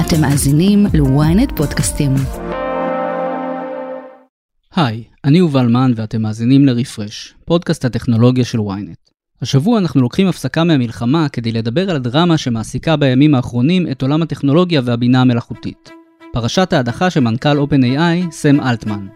אתם מאזינים ל-ynet פודקאסטים. היי, אני יובל מן ואתם מאזינים לרפרש, פודקאסט הטכנולוגיה של ynet. השבוע אנחנו לוקחים הפסקה מהמלחמה כדי לדבר על הדרמה שמעסיקה בימים האחרונים את עולם הטכנולוגיה והבינה המלאכותית. פרשת ההדחה של מנכ"ל OpenAI, סם אלטמן.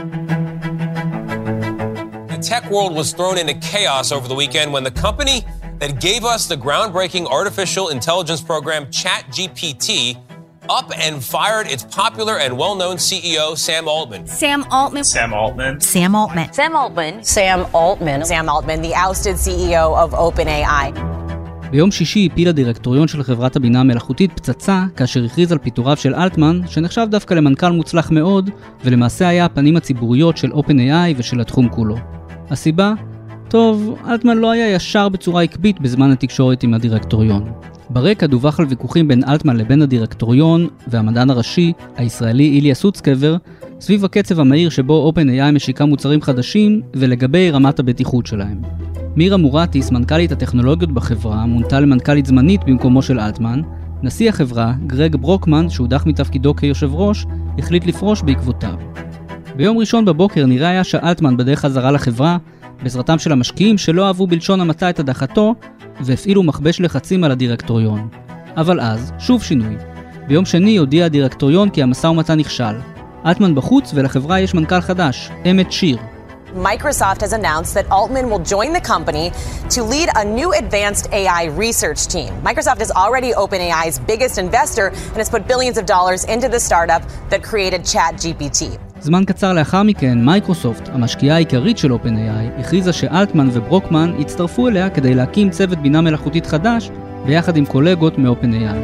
The tech world was thrown into chaos over the weekend when the company that gave us the groundbreaking artificial intelligence program ChatGPT up and fired its popular and well-known CEO Sam Altman. Sam Altman. Sam Altman. Sam Altman. Sam Altman. Sam Altman. Sam Altman, the ousted CEO of OpenAI. ביום שישי הפיל הדירקטוריון של חברת הבינה המלאכותית פצצה כאשר הכריז על פיטוריו של אלטמן, שנחשב דווקא למנכ"ל מוצלח מאוד, ולמעשה היה הפנים הציבוריות של OpenAI ושל התחום כולו. הסיבה? טוב, אלטמן לא היה ישר בצורה עקבית בזמן התקשורת עם הדירקטוריון. ברקע דווח על ויכוחים בין אלטמן לבין הדירקטוריון והמדען הראשי, הישראלי איליה סוצקבר, סביב הקצב המהיר שבו OpenAI משיקה מוצרים חדשים ולגבי רמת הבטיחות שלהם. מירה מורטיס, מנכ"לית הטכנולוגיות בחברה, מונתה למנכ"לית זמנית במקומו של אלטמן. נשיא החברה, גרג ברוקמן, שהודח מתפקידו כיושב ראש, החליט לפרוש בעקבותיו. ביום ראשון בבוקר נראה היה שאלטמן בדרך חזרה לחברה, בעזרתם של המשקיעים שלא אהבו בלשון המעטה את הדחתו, והפעילו מכבש לחצים על הדירקטוריון. אבל אז, שוב שינוי. ביום שני הודיע הדירקטוריון כי המשא ומתן נכשל. אלטמן בחוץ ולחברה יש מנכ"ל חדש, אמת שיר. Microsoft has announced that Altman will join the company to lead a new advanced AI research team. Microsoft is already OpenAI's biggest investor and has put billions of dollars into the startup that created ChatGPT. זמן קצר לאחר מכן, מייקרוסופט, המשקיעה העיקרית של OpenAI, הכריזה שאלטמן וברוקמן הצטרפו אליה כדי להקים צוות בינה מלאכותית חדש ביחד עם קולגות מ-OpenAI.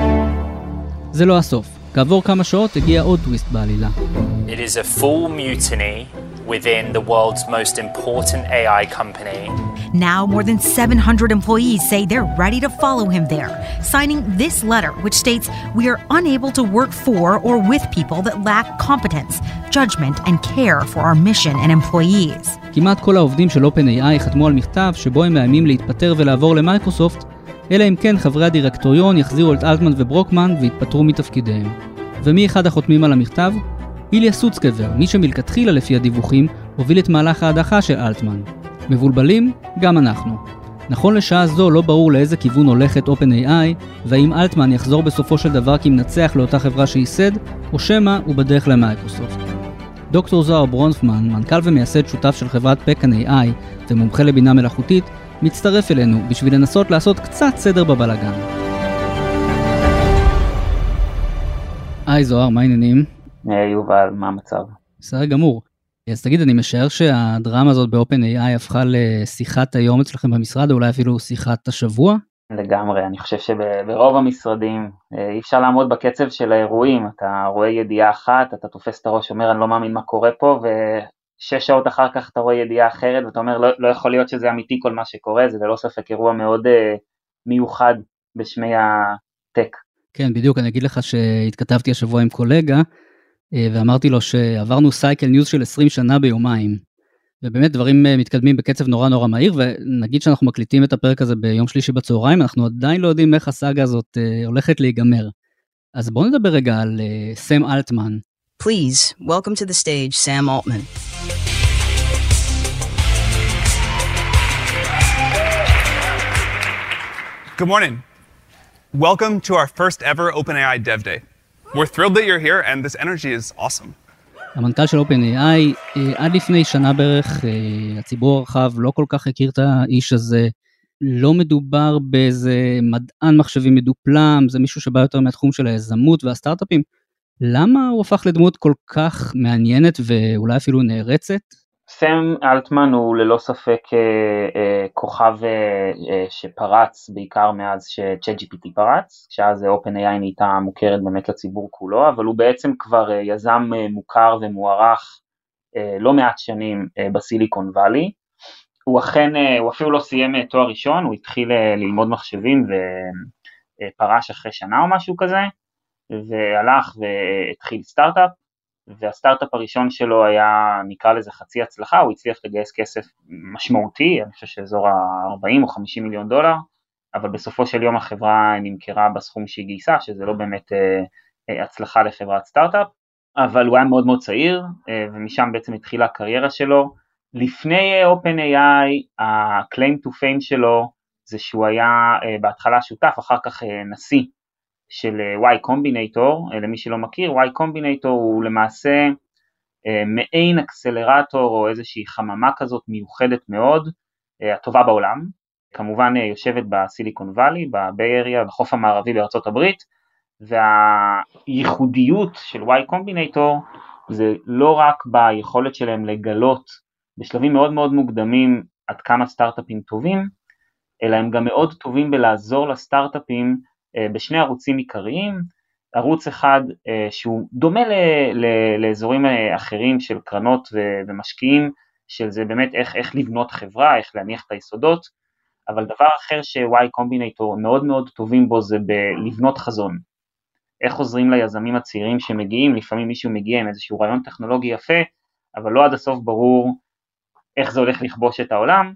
זה לא הסוף. כעבור כמה שעות הגיע עוד טוויסט בעלילה. It is a full mutiny within the world's most important AI company. Now more than 700 employees say they're ready to follow him there, signing this letter which states we are unable to work for or with people that lack competence, judgment and care for our mission and employees. כמעט כל העובדים של OpenAI חתמו על מכתב שבו הם מאיימים להתפטר ולעבור למייקרוסופט, אלא אם כן חברי הדירקטוריון יחזירו את אלטמן וברוקמן והתפטרו מתפקידיהם. ומי אחד החותמים על המכתב? איליה סוצקבר, מי שמלכתחילה לפי הדיווחים הוביל את מהלך ההדחה של אלטמן. מבולבלים? גם אנחנו. נכון לשעה זו לא ברור לאיזה כיוון הולכת OpenAI, והאם אלטמן יחזור בסופו של דבר כמנצח לאותה חברה שייסד, או שמא הוא בדרך למייקרוסופט. דוקטור זוהר ברונפמן, מנכ"ל ומייסד שותף של חברת פקן AI ומומחה לבינה מלאכותית, מצטרף אלינו בשביל לנסות לעשות קצת סדר בבלגן. היי זוהר, מה העניינים? יובל, מה המצב? בסדר גמור. אז תגיד, אני משער שהדרמה הזאת ב-OpenAI הפכה לשיחת היום אצלכם במשרד, או אולי אפילו שיחת השבוע? לגמרי, אני חושב שברוב המשרדים אי אפשר לעמוד בקצב של האירועים, אתה רואה ידיעה אחת, אתה תופס את הראש, אומר אני לא מאמין מה קורה פה, ו6 שעות אחר כך אתה רואה ידיעה אחרת, ואתה אומר לא יכול להיות שזה אמיתי כל מה שקורה, זה ללא ספק אירוע מאוד מיוחד בשמי הטק. כן, בדיוק, אני אגיד לך שהתכתבתי השבוע עם קולגה, ואמרתי לו שעברנו סייקל ניוז של 20 שנה ביומיים, ובאמת דברים מתקדמים בקצב נורא נורא מהיר, ונגיד שאנחנו מקליטים את הפרק הזה ביום שלישי בצהריים, אנחנו עדיין לא יודעים איך הסאגה הזאת הולכת להיגמר. אז בואו נדבר רגע על סם אלטמן. Please, welcome to the stage, Sam Altman. Good morning. Welcome to our first ever OpenAI Dev Day. We're thrilled that you're here and this energy is awesome. המנכ"ל של OpenAI, עד לפני שנה בערך, הציבור הרחב לא כל כך הכיר את האיש הזה, לא מדובר באיזה מדען מחשבים מדופלם, זה מישהו שבא יותר מהתחום של היזמות והסטארט-אפים. למה הוא הפך לדמות כל כך מעניינת ואולי אפילו נערצת? סם אלטמן הוא ללא ספק כוכב שפרץ בעיקר מאז ש-ChatGPT פרץ, כשאז OpenAI נהייתה מוכרת באמת לציבור כולו, אבל הוא בעצם כבר יזם מוכר ומוערך לא מעט שנים בסיליקון ואלי. הוא אפילו לא סיים תואר ראשון, הוא התחיל ללמוד מחשבים ופרש אחרי שנה או משהו כזה, והלך והתחיל סטארט-אפ, והסטארט-אפ הראשון שלו היה, נקרא לזה חצי הצלחה, הוא הצליח לגייס כסף משמעותי, אני חושב שאזור ה-40 או 50 מיליון דולר, אבל בסופו של יום החברה נמכרה בסכום שהיא גייסה, שזה לא באמת הצלחה לחברת סטארט-אפ, אבל הוא היה מאוד מאוד צעיר, ומשם בעצם התחילה הקריירה שלו. לפני OpenAI, ה-claim to fame שלו, זה שהוא היה בהתחלה שותף, אחר כך נשיא של Y Combinator. למי שלא מכיר, Y Combinator הוא למעשה מעין אקסלרטור, או איזושהי חממה כזאת מיוחדת מאוד, הטובה בעולם, כמובן יושבת בסיליקון ואלי, בביי אריה, בחוף המערבי בארצות הברית, והייחודיות של Y Combinator זה לא רק ביכולת שלהם לגלות בשלבים מאוד מאוד מוקדמים עד כמה סטארט-אפים טובים, אלא הם גם מאוד טובים בלעזור לסטארט-אפים בשני ערוצים עיקריים. ערוץ אחד שהוא דומה לאזורים אחרים של קרנות ומשקיעים, של זה באמת איך לבנות חברה, איך להניח את היסודות, אבל דבר אחר ש-Y Combinator מאוד מאוד טובים בו זה בלבנות חזון. איך עוזרים ליזמים הצעירים שמגיעים, לפעמים מישהו מגיע עם איזשהו רעיון טכנולוגי יפה, אבל לא עד הסוף ברור איך זה הולך לכבוש את העולם,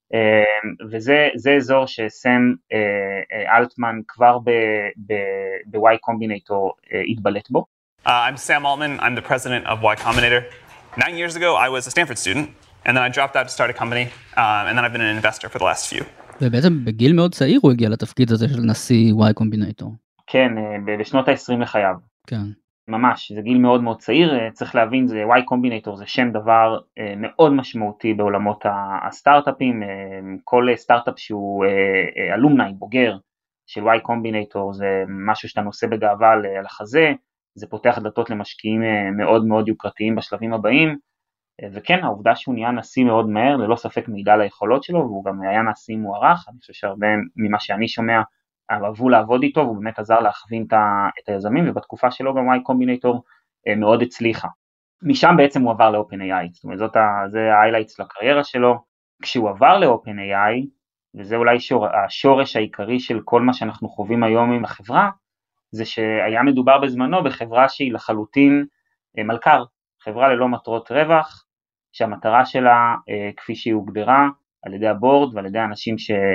וזה אזור שסם אלטמן כבר ב-Y Combinator התבלט בו. I'm Sam Altman. I'm the president of Y Combinator. 9 years ago, I was a Stanford student, and then I dropped out to start a company, and then I've been an investor for the last few. ובעצם בגיל מאוד צעיר הוא הגיע לתפקיד הזה של נשיא Y Combinator. כן, בשנות ה-20 לחייו. כן. ממש, זה גיל מאוד מאוד צעיר, צריך להבין, זה Y Combinator זה שם דבר מאוד משמעותי בעולמות הסטארט-אפים, כל סטארט-אפ שהוא אלומני, בוגר של Y Combinator, זה משהו שאתה נושא בגאווה על החזה, זה פותח דלתות למשקיעים מאוד מאוד יוקרתיים בשלבים הבאים, וכן, העובדה שהוא נהיה נשיא מאוד מהר, ללא ספק מעידה על היכולות שלו, והוא גם היה נשיא מוערך, אני חושב שהרבה ממה שאני שומע, אהבו לעבוד איתו, והוא באמת עזר להכווין את היזמים, ובתקופה שלו גם Y Combinator מאוד הצליחה. משם בעצם הוא עבר ל-OpenAI, זאת אומרת, זה ה-highlights לקריירה שלו. כשהוא עבר ל-OpenAI, וזה אולי השורש העיקרי של כל מה שאנחנו חווים היום עם החברה, זה שהיה מדובר בזמנו בחברה שהיא לחלוטין מלכ"ר, חברה ללא מטרות רווח, שהמטרה שלה, כפי שהיא הוגדרה, על ידי הבורד ועל ידי האנשים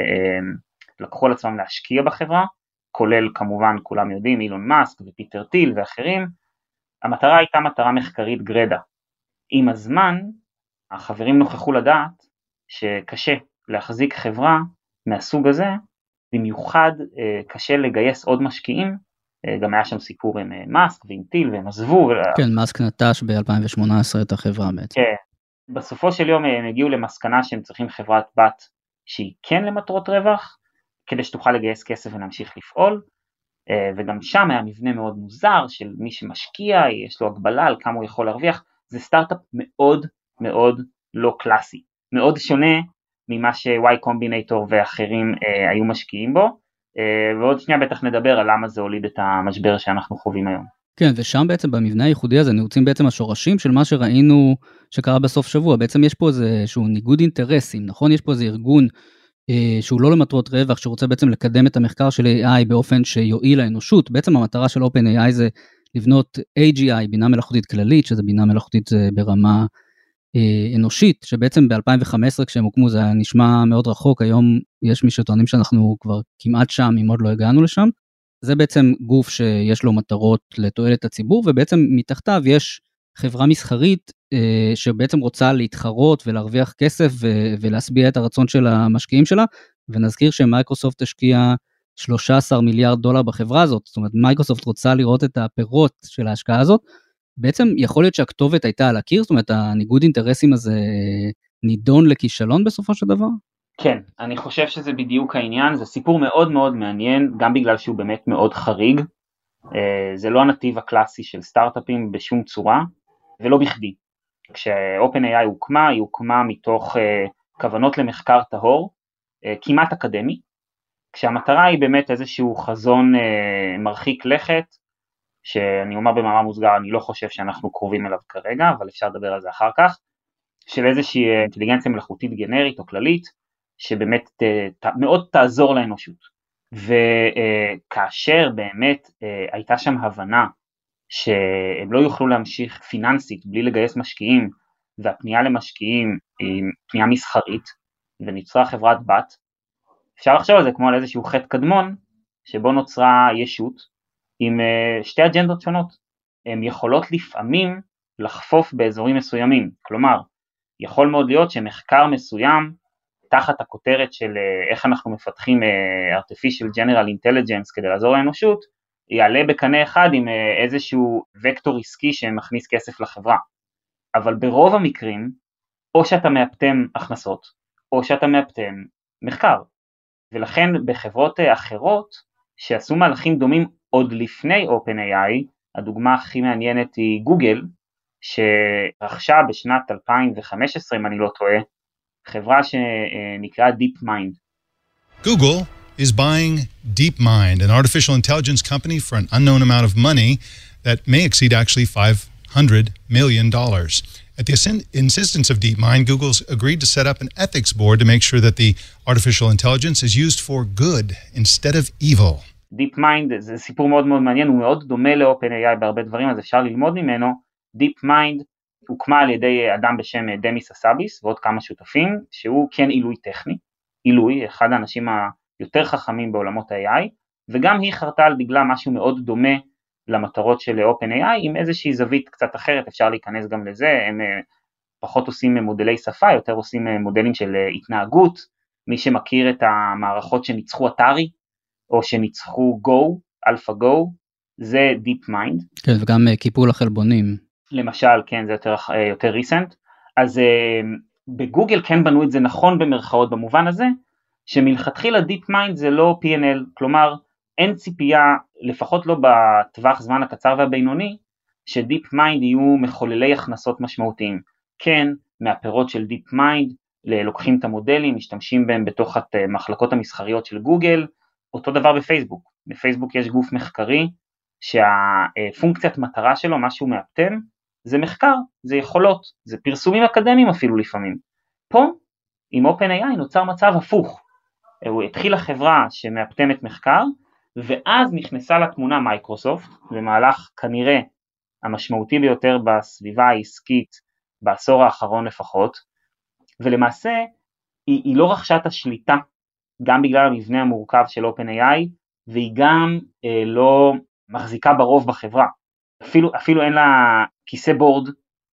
לקחו על עצמם להשקיע בחברה, כולל כמובן כולם יודעים, אילון מאסק ופיטר טיל ואחרים, המטרה הייתה מטרה מחקרית גרדה. עם הזמן, החברים נוכחו לדעת שקשה להחזיק חברה מהסוג הזה, במיוחד קשה לגייס עוד משקיעים, גם היה שם סיפור עם מאסק ועם טיל והם עזבו. כן, מאסק נטש ב-2018 את החברה בעצם. כן, בסופו של יום הם הגיעו למסקנה שהם צריכים חברת בת שהיא כן למטרות רווח, כדי שתוכל לגייס כסף ולהמשיך לפעול, וגם שם היה מבנה מאוד מוזר של מי שמשקיע, יש לו הגבלה על כמה הוא יכול להרוויח, זה סטארט-אפ מאוד מאוד לא קלאסי, מאוד שונה ממה ש-Y Combinator ואחרים היו משקיעים בו, ועוד שנייה בטח נדבר על למה זה הוליד את המשבר שאנחנו חווים היום. כן, ושם בעצם במבנה הייחודי הזה נעוצים בעצם השורשים של מה שראינו שקרה בסוף שבוע, בעצם יש פה איזשהו ניגוד אינטרסים, נכון? יש פה איזה ארגון שהוא לא למטרות רווח, שרוצה בעצם לקדם את המחקר של AI באופן שיועיל לאנושות, בעצם המטרה של OpenAI זה לבנות AGI, בינה מלאכותית כללית, שזה בינה מלאכותית ברמה אנושית, שבעצם ב-2015 כשהם הוקמו זה נשמע מאוד רחוק, היום יש מי שטוענים שאנחנו כבר כמעט שם, אם עוד לא הגענו לשם, זה בעצם גוף שיש לו מטרות לתועלת הציבור, ובעצם מתחתיו יש חברה מסחרית שבעצם רוצה להתחרות ולהרוויח כסף ולהסביע את הרצון של המשקיעים שלה, ונזכיר שמייקרוסופט השקיעה $13 מיליארד בחברה הזאת, זאת אומרת מייקרוסופט רוצה לראות את הפירות של ההשקעה הזאת, בעצם יכול להיות שהכתובת הייתה על הקיר, זאת אומרת הניגוד אינטרסים הזה נידון לכישלון בסופו של דבר? כן, אני חושב שזה בדיוק העניין, זה סיפור מאוד מאוד מעניין, גם בגלל שהוא באמת מאוד חריג, זה לא הנתיב הקלאסי של סטארט-אפים בשום צורה, ולא בכדי. כש-OpenAI הוקמה, היא הוקמה מתוך כוונות למחקר טהור, כמעט אקדמי, כשהמטרה היא באמת איזשהו חזון מרחיק לכת, שאני אומר במאמר מוסגר, אני לא חושב שאנחנו קרובים אליו כרגע, אבל אפשר לדבר על זה אחר כך, של איזושהי אינטליגנציה מלאכותית גנרית או כללית, שבאמת מאוד תעזור לאנושות. וכאשר באמת הייתה שם הבנה, שהם לא יוכלו להמשיך פיננסית בלי לגייס משקיעים, והפנייה למשקיעים היא פנייה מסחרית, ונוצרה חברת בת, אפשר לחשוב על זה כמו על איזשהו חטא קדמון, שבו נוצרה ישות עם שתי אג'נדות שונות. הן יכולות לפעמים לחפוף באזורים מסוימים, כלומר, יכול מאוד להיות שמחקר מסוים, תחת הכותרת של איך אנחנו מפתחים artificial general intelligence כדי לעזור לאנושות, יעלה בקנה אחד עם איזשהו וקטור עסקי שמכניס כסף לחברה. אבל ברוב המקרים, או שאתה מאפתם הכנסות, או שאתה מאפתם מחקר. ולכן בחברות אחרות, שעשו מהלכים דומים עוד לפני OpenAI, הדוגמה הכי מעניינת היא גוגל, שרכשה בשנת 2015, אם אני לא טועה, חברה שנקרא DeepMind. Google is buying DeepMind, an artificial intelligence company for an unknown amount of money that may exceed actually $500 million. At the insistence of DeepMind, Google's agreed to set up an ethics board to make sure that the artificial intelligence is used for good instead of evil. DeepMind זה סיפור מאוד מאוד מעניין, הוא מאוד דומה ל-OpenAI בהרבה דברים, אז אפשר ללמוד ממנו. DeepMind הוקמה על ידי אדם בשם דמיס אסאביס ועוד כמה שותפים, שהוא כן עילוי טכני, אחד האנשים היותר חכמים בעולמות ה-AI, וגם היא חרתה על דגלה משהו מאוד דומה למטרות של OpenAI, עם איזושהי זווית קצת אחרת, אפשר להיכנס גם לזה, הם פחות עושים מודלי שפה, יותר עושים מודלים של התנהגות, מי שמכיר את המערכות שניצחו אתרי, או שניצחו Go, AlphaGo, זה DeepMind. כן, וגם קיפול החלבונים. למשל, כן, זה יותר recent. אז בגוגל כן בנו את זה נכון במרכאות במובן הזה, שמלכתחילה DeepMind זה לא P&L, כלומר, אין ציפייה, לפחות לא בטווח זמן הקצר והבינוני, שDeepMind יהיו מחוללי הכנסות משמעותיים. כן, מהפירות של DeepMind, לוקחים את המודלים, משתמשים בהם בתוך המחלקות המסחריות של גוגל, אותו דבר בפייסבוק. בפייסבוק יש גוף מחקרי, שהפונקציית מטרה שלו, מה שהוא מאפתם, זה מחקר, זה יכולות, זה פרסומים אקדמיים אפילו לפעמים. פה, עם OpenAI נוצר מצב הפוך. הוא התחיל לחברה שמאפתמת מחקר, ואז נכנסה לתמונה מייקרוסופט, במהלך כנראה המשמעותי ביותר בסביבה העסקית, בעשור האחרון לפחות, ולמעשה היא לא רכשה את השליטה, גם בגלל המבנה המורכב של OpenAI, והיא גם לא מחזיקה ברוב בחברה. אפילו אין לה כיסא בורד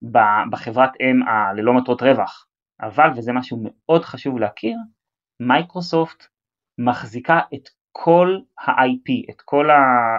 בחברת ללא מטרות רווח. אבל, וזה משהו מאוד חשוב להכיר, מייקרוסופט מחזיקה את כל ה-IP, את כל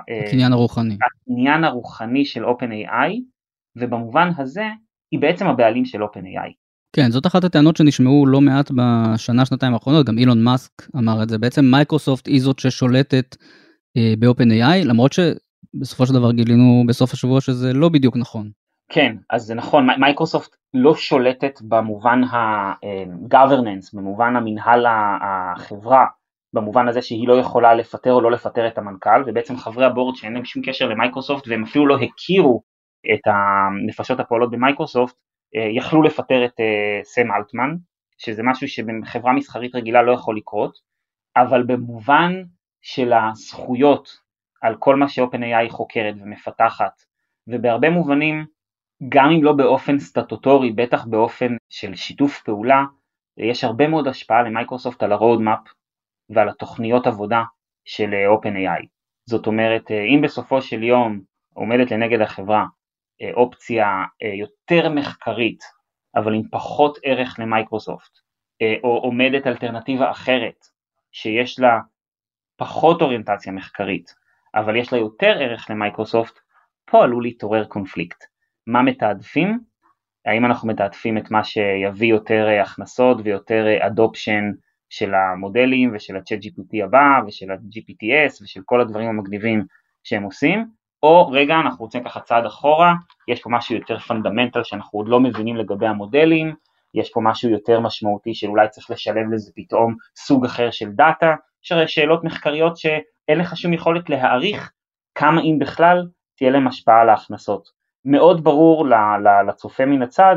הקניין הרוחני של OpenAI, ובמובן הזה היא בעצם הבעלים של OpenAI. כן, זאת אחת הטענות שנשמעו לא מעט בשנה-שנתיים האחרונות, גם אילון מאסק אמר את זה, בעצם מייקרוסופט היא זאת ששולטת ב-OpenAI, למרות שבסופו של דבר גילינו בסוף השבוע שזה לא בדיוק נכון. כן, אז זה נכון, מייקרוסופט לא שולטת במובן ה-governance, במובן המנהל החברה, במובן הזה שהיא לא יכולה לפטר או לא לפטר את המנכ"ל, ובעצם חברי הבורד שאין להם שום קשר למייקרוסופט, והם אפילו לא הכירו את הנפשות הפועלות במייקרוסופט, יכלו לפטר את סם אלטמן, שזה משהו שבחברה מסחרית רגילה לא יכול לקרות, אבל במובן של הזכויות על כל מה ש-OpenAI חוקרת ומפתחת, ובהרבה מובנים, גם אם לא באופן סטטוטורי, בטח באופן של שיתוף פעולה, יש הרבה מאוד השפעה למייקרוסופט על ה-roadmap ועל התוכניות עבודה של OpenAI. זאת אומרת, אם בסופו של יום עומדת לנגד החברה אופציה יותר מחקרית, אבל עם פחות ערך למייקרוסופט, או עומדת אלטרנטיבה אחרת, שיש לה פחות אוריינטציה מחקרית, אבל יש לה יותר ערך למייקרוסופט, פה עלול להתעורר קונפליקט. מה מתעדפים? האם אנחנו מתעדפים את מה שיביא יותר הכנסות ויותר אדופשן של המודלים ושל ה-ChatGPT הבא ושל ה-GPTs ושל כל הדברים המגניבים שהם עושים, או רגע אנחנו רוצים ככה צעד אחורה, יש פה משהו יותר פונדמנטל שאנחנו עוד לא מבינים לגבי המודלים, יש פה משהו יותר משמעותי שאולי צריך לשלב לזה פתאום סוג אחר של דאטה, שאלות מחקריות שאין לך שום יכולת להעריך כמה אם בכלל תהיה להם השפעה על ההכנסות. מאוד ברור לצופה מן הצד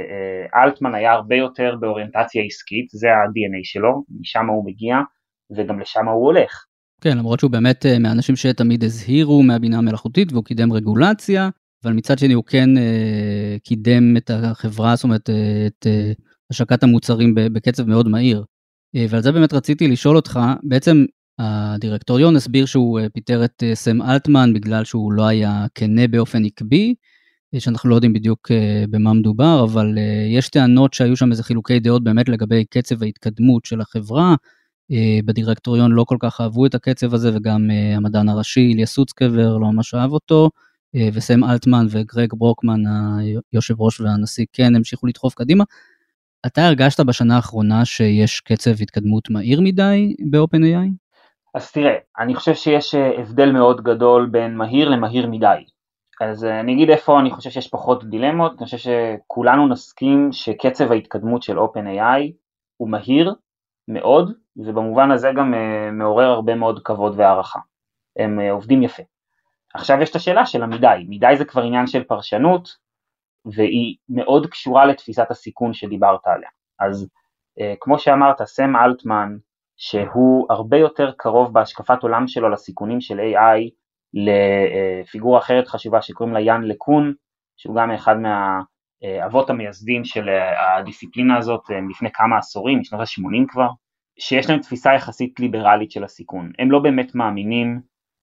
שאלטמן היה הרבה יותר באוריינטציה עסקית, זה ה-DNA שלו, משם הוא מגיע וגם לשם הוא הולך. כן, למרות שהוא באמת מהאנשים שתמיד הזהירו מהבינה המלאכותית והוא קידם רגולציה, אבל מצד שני הוא כן קידם את החברה, זאת אומרת את השקת המוצרים בקצב מאוד מהיר. ועל זה באמת רציתי לשאול אותך, בעצם הדירקטוריון הסביר שהוא פיטר את סם אלטמן בגלל שהוא לא היה כנה באופן עקבי, שאנחנו לא יודעים בדיוק במה מדובר, אבל יש טענות שהיו שם איזה חילוקי דעות באמת לגבי קצב ההתקדמות של החברה, בדירקטוריון לא כל כך אהבו את הקצב הזה, וגם המדען הראשי איליה סוצקבר לא ממש אהב אותו, וסם אלטמן וגרג ברוקמן, היושב ראש והנשיא, כן המשיכו לדחוף קדימה. אתה הרגשת בשנה האחרונה שיש קצב התקדמות מהיר מדי ב-OpenAI? אז תראה, אני חושב שיש הבדל מאוד גדול בין מהיר למהיר מדי. אז אני אגיד איפה אני חושב שיש פחות דילמות, אני חושב שכולנו נסכים שקצב ההתקדמות של OpenAI הוא מהיר מאוד, ובמובן הזה גם מעורר הרבה מאוד כבוד והערכה. הם עובדים יפה. עכשיו יש את השאלה של המידי, מידי זה כבר עניין של פרשנות, והיא מאוד קשורה לתפיסת הסיכון שדיברת עליה. אז כמו שאמרת, סם אלטמן, שהוא הרבה יותר קרוב בהשקפת עולם שלו לסיכונים של AI, לפיגורה אחרת חשובה שקוראים לה יאן לקון, שהוא גם אחד מהאבות המייסדים של הדיסציפלינה הזאת לפני כמה עשורים, משנות ה-80 כבר, שיש להם תפיסה יחסית ליברלית של הסיכון. הם לא באמת מאמינים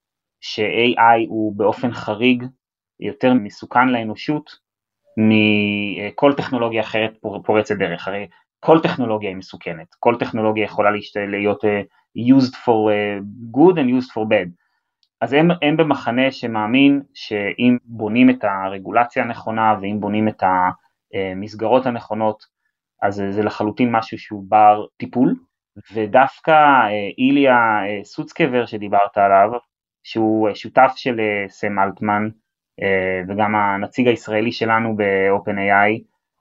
ש-AI הוא באופן חריג יותר מסוכן לאנושות מכל טכנולוגיה אחרת פורצת דרך. הרי כל טכנולוגיה היא מסוכנת, כל טכנולוגיה יכולה להיות used for good and used for bad. אז הם במחנה שמאמין שאם בונים את הרגולציה הנכונה ואם בונים את המסגרות הנכונות, אז זה לחלוטין משהו שהוא בר טיפול, ודווקא איליה סוצקבר שדיברת עליו, שהוא שותף של סם אלטמן, וגם הנציג הישראלי שלנו ב-OpenAI,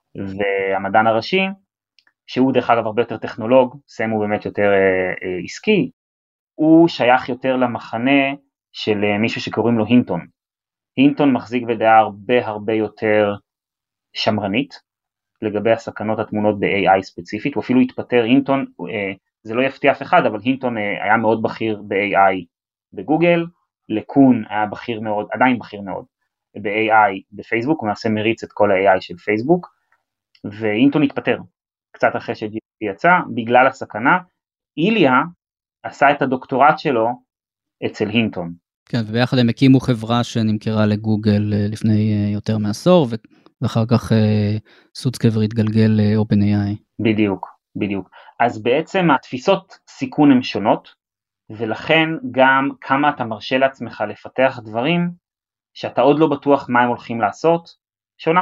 והמדען הראשי, שהוא דרך אגב הרבה יותר טכנולוג, סם הוא באמת יותר עסקי, הוא שייך יותר למחנה של מישהו שקוראים לו הינטון. הינטון מחזיק בדעה הרבה יותר שמרנית, לגבי הסכנות התמונות ב-AI ספציפית, הוא אפילו התפטר, הינטון, זה לא יפתיע אף אחד, אבל הינטון היה מאוד בכיר ב-AI בגוגל, לקון היה בכיר מאוד, עדיין בכיר מאוד, ב-AI בפייסבוק, הוא מעשה מריץ את כל ה-AI של פייסבוק, והינטון התפטר, קצת אחרי ש-GPT יצא, בגלל הסכנה. איליה עשה את הדוקטורט שלו אצל הינטון. כן, וביחד הם הקימו חברה שנמכרה לגוגל לפני יותר מעשור, ואחר כך סוצקבר התגלגל ל-OpenAI. בדיוק. אז בעצם התפיסות סיכון הן שונות, ולכן גם כמה אתה מרשה לעצמך לפתח דברים, שאתה עוד לא בטוח מה הם הולכים לעשות, שונה.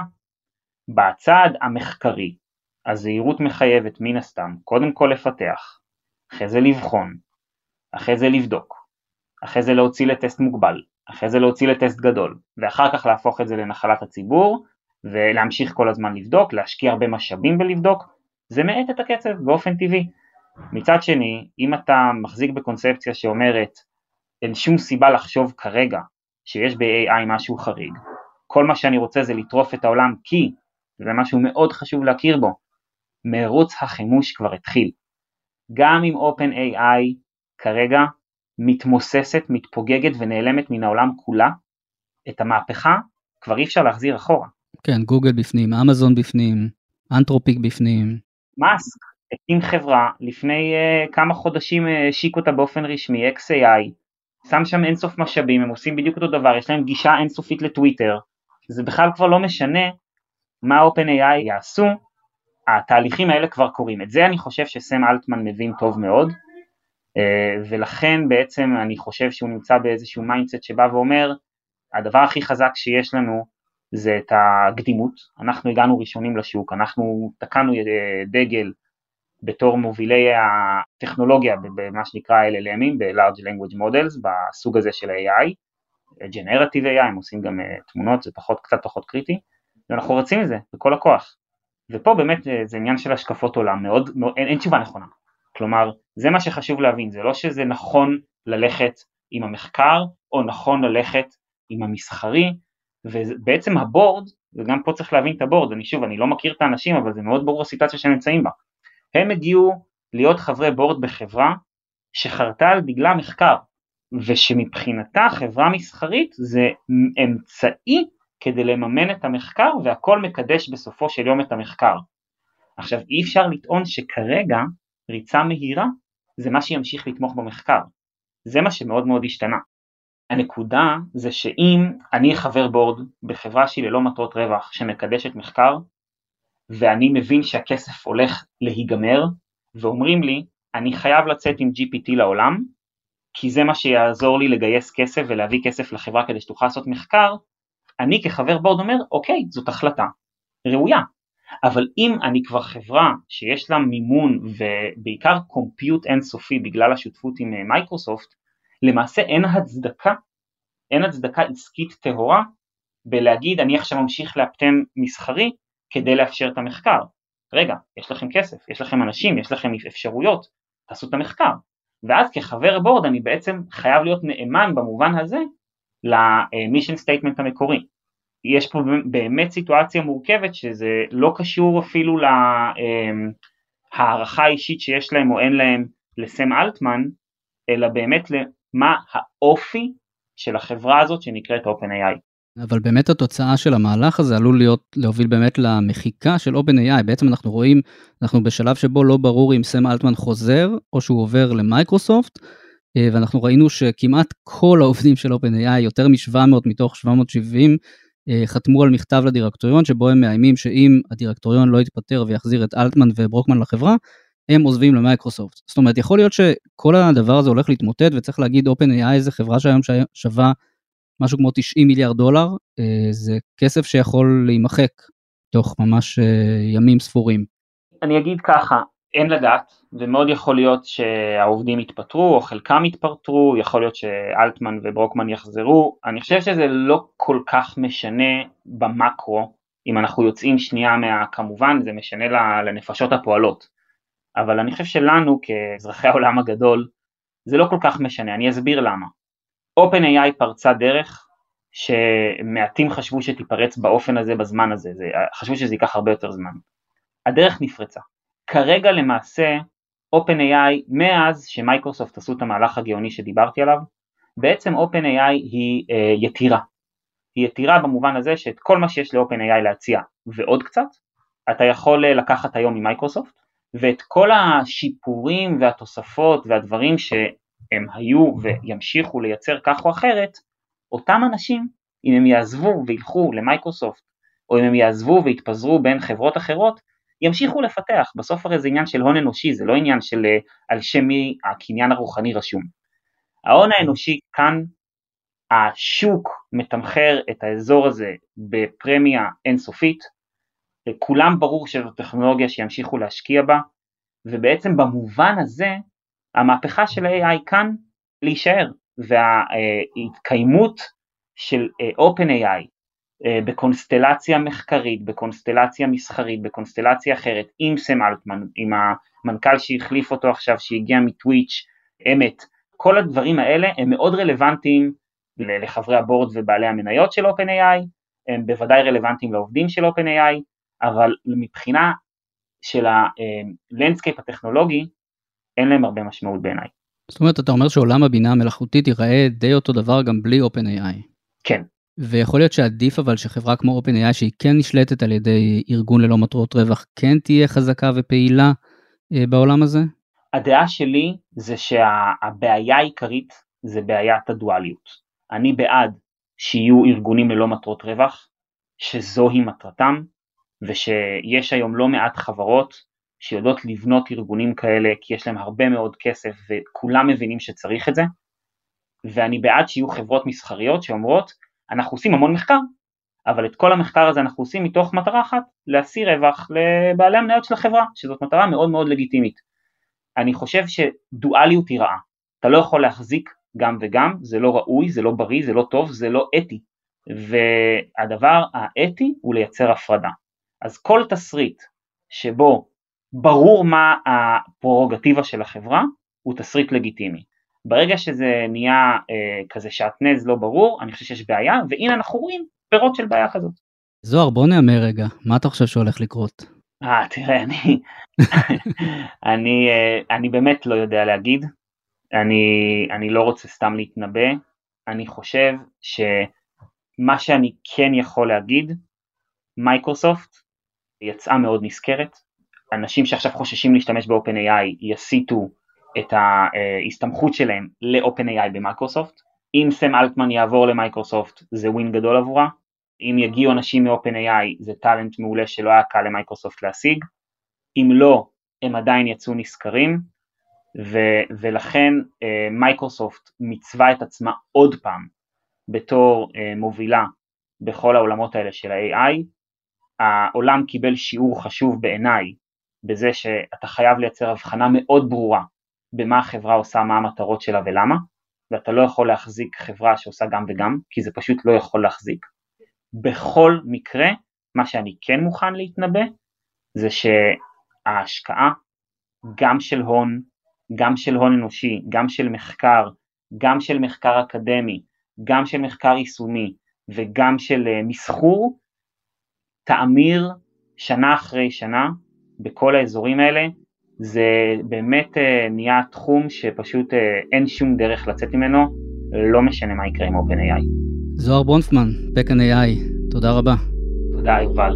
בצד המחקרי, הזהירות מחייבת מן הסתם, קודם כל לפתח, אחרי זה לבחון, אחרי זה לבדוק, אחרי זה להוציא לטסט מוגבל, אחרי זה להוציא לטסט גדול, ואחר כך להפוך את זה לנחלת הציבור, ולהמשיך כל הזמן לבדוק, להשקיע הרבה משאבים בלבדוק, זה מעט את הקצב באופן טבעי. מצד שני, אם אתה מחזיק בקונספציה שאומרת, אין שום סיבה לחשוב כרגע, שיש ב-AI משהו חריג, כל מה שאני רוצה זה לטרוף את העולם, כי זה משהו מאוד חשוב להכיר בו, מרוץ החימוש כבר התחיל. גם אם OpenAI כרגע מתמוססת, מתפוגגת ונעלמת מן העולם כולה, את המהפכה כבר אי אפשר להחזיר אחורה. כן, גוגל בפנים, אמזון בפנים, אנתרופיק בפנים. מאסק הקים חברה, לפני כמה חודשים השיק אותה באופן רשמי, XAI, שם שם אינסוף משאבים, הם עושים בדיוק אותו דבר, יש להם גישה אינסופית לטוויטר, זה בכלל כבר לא משנה מה OpenAI יעשו, התהליכים האלה כבר קורים. את זה אני חושב שסם אלטמן מבין טוב מאוד, ולכן בעצם אני חושב שהוא נמצא באיזשהו מיינדסט שבא ואומר, הדבר הכי חזק שיש לנו זה את הקדימות, אנחנו הגענו ראשונים לשוק, אנחנו תקענו דגל בתור מובילי הטכנולוגיה במה שנקרא LLM'ים, ב-Large Language Models, בסוג הזה של AI, Generative AI, הם עושים גם תמונות, זה קצת פחות קריטי, ואנחנו רצים את זה בכל הכוח, ופה באמת זה עניין של השקפות עולם, אין תשובה נכונה, כלומר זה מה שחשוב להבין, זה לא שזה נכון ללכת עם המחקר, או נכון ללכת עם המסחרי, ובעצם הבורד, וגם פה צריך להבין את הבורד, אני לא מכיר את האנשים, אבל זה מאוד ברור הסיטואציה שהם נמצאים בה, הם הגיעו להיות חברי בורד בחברה, שחרתה על דגלה מחקר, ושמבחינתה חברה מסחרית, זה אמצעי כדי לממן את המחקר, והכל מקדש בסופו של יום את המחקר. עכשיו אי אפשר לטעון שכרגע ריצה מהירה, זה מה שימשיך לתמוך במחקר. זה מה שמאוד מאוד השתנה. הנקודה זה שאם אני חבר בורד בחברה שהיא ללא מטרות רווח שמקדשת מחקר, ואני מבין שהכסף הולך להיגמר, ואומרים לי, אני חייב לצאת עם GPT לעולם, כי זה מה שיעזור לי לגייס כסף ולהביא כסף לחברה כדי שתוכל לעשות מחקר, אני כחבר בורד אומר, אוקיי, זאת החלטה ראויה. אבל אם אני כבר חברה שיש לה מימון ובעיקר קומפיוט אינסופי בגלל השותפות עם מייקרוסופט, למעשה אין הצדקה עסקית טהורה בלהגיד אני עכשיו ממשיך לאפטם מסחרי כדי לאפשר את המחקר. רגע, יש לכם כסף, יש לכם אנשים, יש לכם אפשרויות, תעשו את המחקר. ואז כחבר בורד אני בעצם חייב להיות נאמן במובן הזה למישן סטייטמנט המקורי. יש פה באמת סיטואציה מורכבת שזה לא קשור אפילו להערכה האישית שיש להם או אין להם לסם אלטמן, אלא באמת למה האופי של החברה הזאת שנקראת OpenAI. אבל באמת התוצאה של המהלך הזה עלול להוביל באמת למחיקה של OpenAI. בעצם אנחנו רואים, אנחנו בשלב שבו לא ברור אם סם אלטמן חוזר או שהוא עובר למייקרוסופט, ואנחנו ראינו שכמעט כל העובדים של OpenAI, יותר מ-700 מתוך 770, חתמו על מכתב לדירקטוריון, שבו הם מאיימים שאם הדירקטוריון לא יתפטר ויחזיר את אלטמן וברוקמן לחברה, הם עוזבים למייקרוסופט. זאת אומרת, יכול להיות שכל הדבר הזה הולך להתמוטט, וצריך להגיד OpenAI זה חברה שהיום שווה משהו כמו $90 מיליארד, זה כסף שיכול להימחק תוך ממש ימים ספורים. אני אגיד ככה, אין לדעת, ומאוד יכול להיות שהעובדים יתפטרו, או חלקם יתפטרו, יכול להיות שאלטמן וברוקמן יחזרו, אני חושב שזה לא כל כך משנה במקרו, אם אנחנו יוצאים שנייה כמובן, זה משנה לנפשות הפועלות, אבל אני חושב שלנו כאזרחי העולם הגדול, זה לא כל כך משנה, אני אסביר למה. OpenAI פרצה דרך שמעטים חשבו שתיפרץ באופן הזה בזמן הזה, חשבו שזה ייקח הרבה יותר זמן. הדרך נפרצה. כרגע למעשה OpenAI, מאז שמייקרוסופט עשו את המהלך הגאוני שדיברתי עליו, בעצם OpenAI היא יתירה. היא יתירה במובן הזה שאת כל מה שיש ל-OpenAI להציע ועוד קצת, אתה יכול לקחת היום ממייקרוסופט, ואת כל השיפורים והתוספות והדברים שהם היו וימשיכו לייצר כך או אחרת, אותם אנשים, אם הם יעזבו וילכו למייקרוסופט, או אם הם יעזבו והתפזרו בין חברות אחרות, ימשיכו לפתח. בסוף הרי זה עניין של הון אנושי, זה לא עניין של על שם מי הקניין הרוחני רשום. ההון האנושי כאן, השוק מתמחר את האזור הזה בפרמיה אינסופית, כולם ברור שזו טכנולוגיה שימשיכו להשקיע בה, ובעצם במובן הזה, המהפכה של ה-AI כאן להישאר, וההתקיימות של OpenAI, בקונסטלציה מחקרית, בקונסטלציה מסחרית, בקונסטלציה אחרת, עם סם אלטמן, עם המנכ"ל שהחליף אותו עכשיו, שהגיע מטוויץ', אמת, כל הדברים האלה הם מאוד רלוונטיים לחברי הבורד ובעלי המניות של OpenAI, הם בוודאי רלוונטיים לעובדים של OpenAI, אבל מבחינה של הלנדסקייפ הטכנולוגי, אין להם הרבה משמעות בעיניי. זאת אומרת, אתה אומר שעולם הבינה המלאכותית ייראה די אותו דבר גם בלי OpenAI. כן. ויכול להיות שעדיף אבל שחברה כמו OpenAI שהיא כן נשלטת על ידי ארגון ללא מטרות רווח, כן תהיה חזקה ופעילה בעולם הזה? הדעה שלי זה שהבעיה העיקרית זה בעיית הדואליות. אני בעד שיהיו ארגונים ללא מטרות רווח, שזוהי מטרתם, ושיש היום לא מעט חברות שיודעות לבנות ארגונים כאלה, כי יש להם הרבה מאוד כסף וכולם מבינים שצריך את זה, ואני בעד שיהיו חברות מסחריות שאומרות, אנחנו עושים המון מחקר, אבל את כל המחקר הזה אנחנו עושים מתוך מטרה אחת, להשיא רווח לבעלי המניות של החברה, שזאת מטרה מאוד מאוד לגיטימית. אני חושב שדואליות היא רעה, אתה לא יכול להחזיק גם וגם, זה לא ראוי, זה לא בריא, זה לא טוב, זה לא אתי, והדבר האתי הוא לייצר הפרדה. אז כל תסריט שבו ברור מה הפררוגטיבה של החברה, הוא תסריט לגיטימי. ברגע שזה נהיה כזה שעטנז לא ברור, אני חושב שיש בעיה, והנה אנחנו רואים פירות של בעיה כזאת. זוהר, בוא נאמר רגע, מה אתה חושב שהולך לקרות? תראה, אני באמת לא יודע להגיד, אני לא רוצה סתם להתנבא, אני חושב שמה שאני כן יכול להגיד, מייקרוסופט יצאה מאוד נזכרת, אנשים שעכשיו חוששים להשתמש ב-OpenAI יסיטו את ההסתמכות שלהם ל-OpenAI במייקרוסופט. אם סם אלטמן יעבור למייקרוסופט זה ווין גדול עבורה, אם יגיעו אנשים מ-OpenAI זה טלנט מעולה שלא היה קל למייקרוסופט להשיג, אם לא הם עדיין יצאו נשכרים, ולכן מייקרוסופט מצווה את עצמה עוד פעם בתור מובילה בכל העולמות האלה של ה-AI. העולם קיבל שיעור חשוב בעיניי בזה שאתה חייב לייצר הבחנה מאוד ברורה במה החברה עושה, מה המטרות שלה ולמה, ואתה לא יכול להחזיק חברה שעושה גם וגם, כי זה פשוט לא יכול להחזיק. בכל מקרה, מה שאני כן מוכן להתנבא, זה שההשקעה גם של הון, גם של הון אנושי, גם של מחקר, גם של מחקר אקדמי, גם של מחקר יישומי, וגם של מסחור, תאמיר שנה אחרי שנה בכל האזורים האלה. זה באמת נהיה תחום שפשוט אין שום דרך לצאת ממנו, לא משנה מה יקרה עם OpenAI. זוהר ברונפמן, פקן AI, תודה רבה. תודה יובל.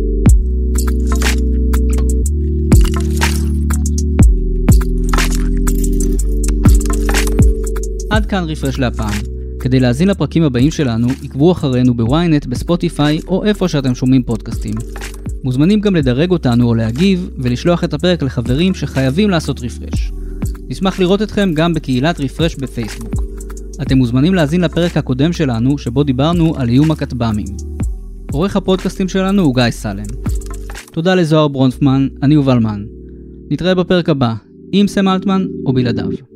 עד כאן רפרש להפעם. כדי להזין לפרקים הבאים שלנו, עקבו אחרינו בוויינט, בספוטיפיי או איפה שאתם שומעים פודקאסטים. מוזמנים גם לדרג אותנו או להגיב ולשלוח את הפרק לחברים שחייבים לעשות רפרש. נשמח לראות אתכם גם בקהילת רפרש בפייסבוק. אתם מוזמנים להזין לפרק הקודם שלנו שבו דיברנו על איום הכטב"מים. עורך הפודקאסטים שלנו הוא גיא סלם. תודה לזוהר ברונפמן, אני יובל מן. נתראה בפרק הבא, עם סם אלטמן או בלעדיו.